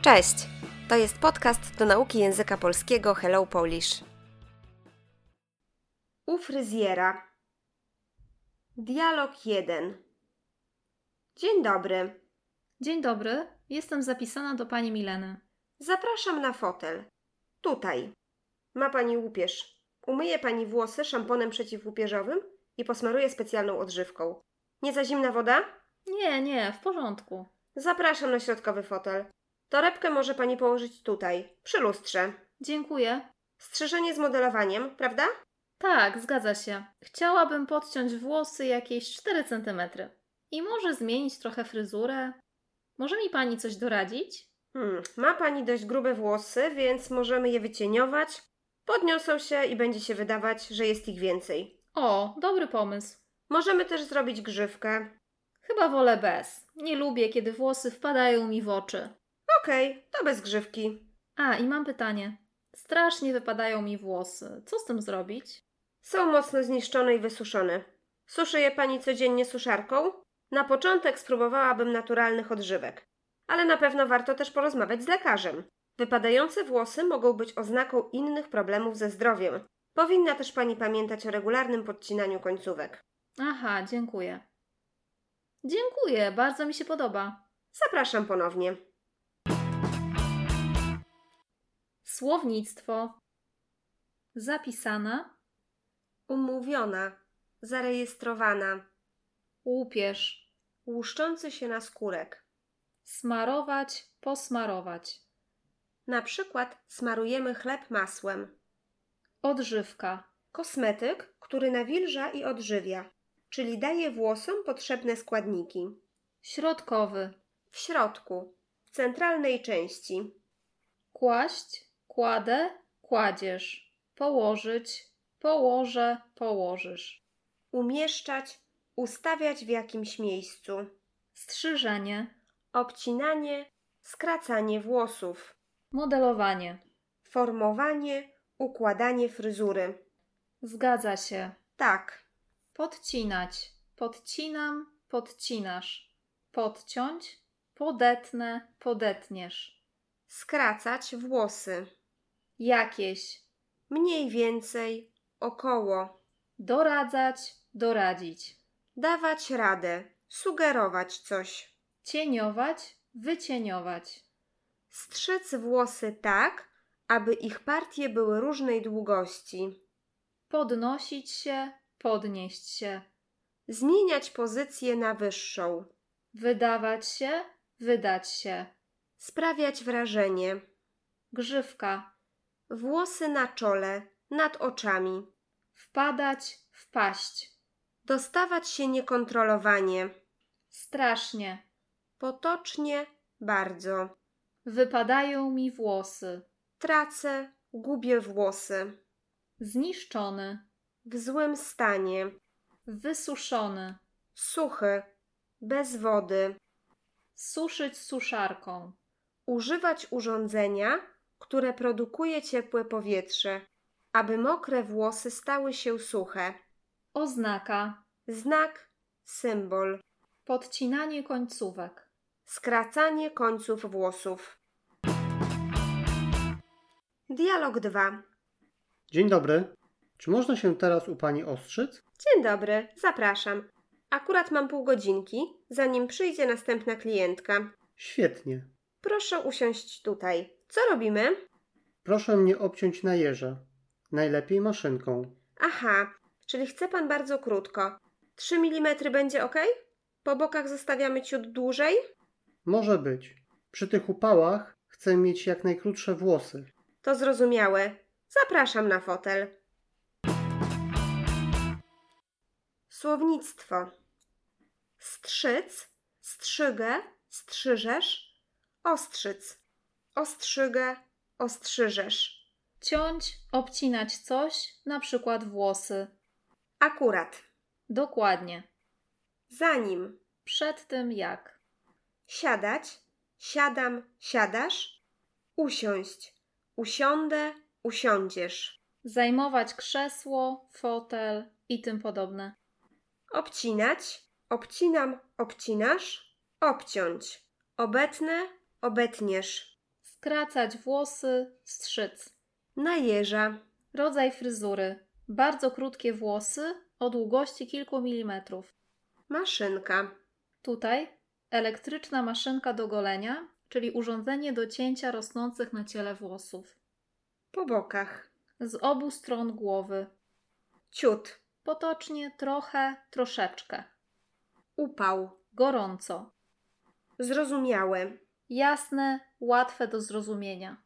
Cześć! To jest podcast do nauki języka polskiego Hello Polish. U fryzjera. Dialog 1. Dzień dobry. Dzień dobry, jestem zapisana do pani Mileny. Zapraszam na fotel. Tutaj. Ma pani łupież. Umyje pani włosy szamponem przeciwłupieżowym i posmaruje specjalną odżywką. Nie za zimna woda? Nie, w porządku. Zapraszam na środkowy fotel. Torebkę może pani położyć tutaj, przy lustrze. Dziękuję. Strzyżenie z modelowaniem, prawda? Tak, zgadza się. Chciałabym podciąć włosy jakieś 4 cm. I może zmienić trochę fryzurę. Może mi pani coś doradzić? Ma pani dość grube włosy, więc możemy je wycieniować. Podniosą się i będzie się wydawać, że jest ich więcej. O, dobry pomysł. Możemy też zrobić grzywkę. Chyba wolę bez. Nie lubię, kiedy włosy wpadają mi w oczy. Okej, to bez grzywki. A, i mam pytanie. Strasznie wypadają mi włosy. Co z tym zrobić? Są mocno zniszczone i wysuszone. Suszy je pani codziennie suszarką? Na początek spróbowałabym naturalnych odżywek. Ale na pewno warto też porozmawiać z lekarzem. Wypadające włosy mogą być oznaką innych problemów ze zdrowiem. Powinna też pani pamiętać o regularnym podcinaniu końcówek. Aha, dziękuję. Dziękuję, bardzo mi się podoba. Zapraszam ponownie. Słownictwo. Zapisana. Umówiona. Zarejestrowana. Łupież. Łuszczący się naskórek. Smarować, posmarować. Na przykład smarujemy chleb masłem. Odżywka. Kosmetyk, który nawilża i odżywia, czyli daje włosom potrzebne składniki. Środkowy. W środku, w centralnej części. Kłaść, kładę, kładziesz. Położyć, położę, położysz. Umieszczać, ustawiać w jakimś miejscu. Strzyżenie. Obcinanie, skracanie włosów. Modelowanie. Formowanie, układanie fryzury. Zgadza się. Tak. Podcinać. Podcinam, podcinasz. Podciąć, podetnę, podetniesz. Skracać włosy. Jakieś. Mniej więcej, około. Doradzać, doradzić. Dawać radę, sugerować coś. Cieniować, wycieniować. Strzyc włosy tak, aby ich partie były różnej długości. Podnosić się, podnieść się. Zmieniać pozycję na wyższą. Wydawać się, wydać się. Sprawiać wrażenie. Grzywka. Włosy na czole, nad oczami. Wpadać, wpaść. Dostawać się niekontrolowanie. Strasznie. Potocznie, bardzo. Wypadają mi włosy. Tracę, gubię włosy. Zniszczony. W złym stanie. Wysuszony. Suchy, bez wody. Suszyć suszarką. Używać urządzenia, które produkuje ciepłe powietrze, aby mokre włosy stały się suche. Oznaka. Znak, symbol. Podcinanie końcówek. Skracanie końców włosów. Dialog 2. Dzień dobry. Czy można się teraz u pani ostrzyc? Dzień dobry, zapraszam. Akurat mam pół godzinki, zanim przyjdzie następna klientka. Świetnie. Proszę usiąść tutaj. Co robimy? Proszę mnie obciąć na jeża. Najlepiej maszynką. Aha, czyli chce pan bardzo krótko. 3 mm będzie ok? Po bokach zostawiamy ciut dłużej? Może być. Przy tych upałach chcę mieć jak najkrótsze włosy. To zrozumiałe. Zapraszam na fotel. Słownictwo. Strzyc, strzygę, strzyżesz, ostrzyc, ostrzygę, ostrzyżesz. Ciąć, obcinać coś, na przykład włosy. Akurat. Dokładnie. Zanim. Przed tym jak. Siadać, siadam, siadasz. Usiąść, usiądę, usiądziesz. Zajmować krzesło, fotel i tym podobne. Obcinać, obcinam, obcinasz. Obciąć, obetnę, obetniesz. Skracać włosy, strzyc. Na jeża. Rodzaj fryzury. Bardzo krótkie włosy o długości kilku milimetrów. Maszynka. Tutaj elektryczna maszynka do golenia, czyli urządzenie do cięcia rosnących na ciele włosów. Po bokach. Z obu stron głowy. Ciut. Potocznie trochę, troszeczkę. Upał. Gorąco. Zrozumiałe. Jasne, łatwe do zrozumienia.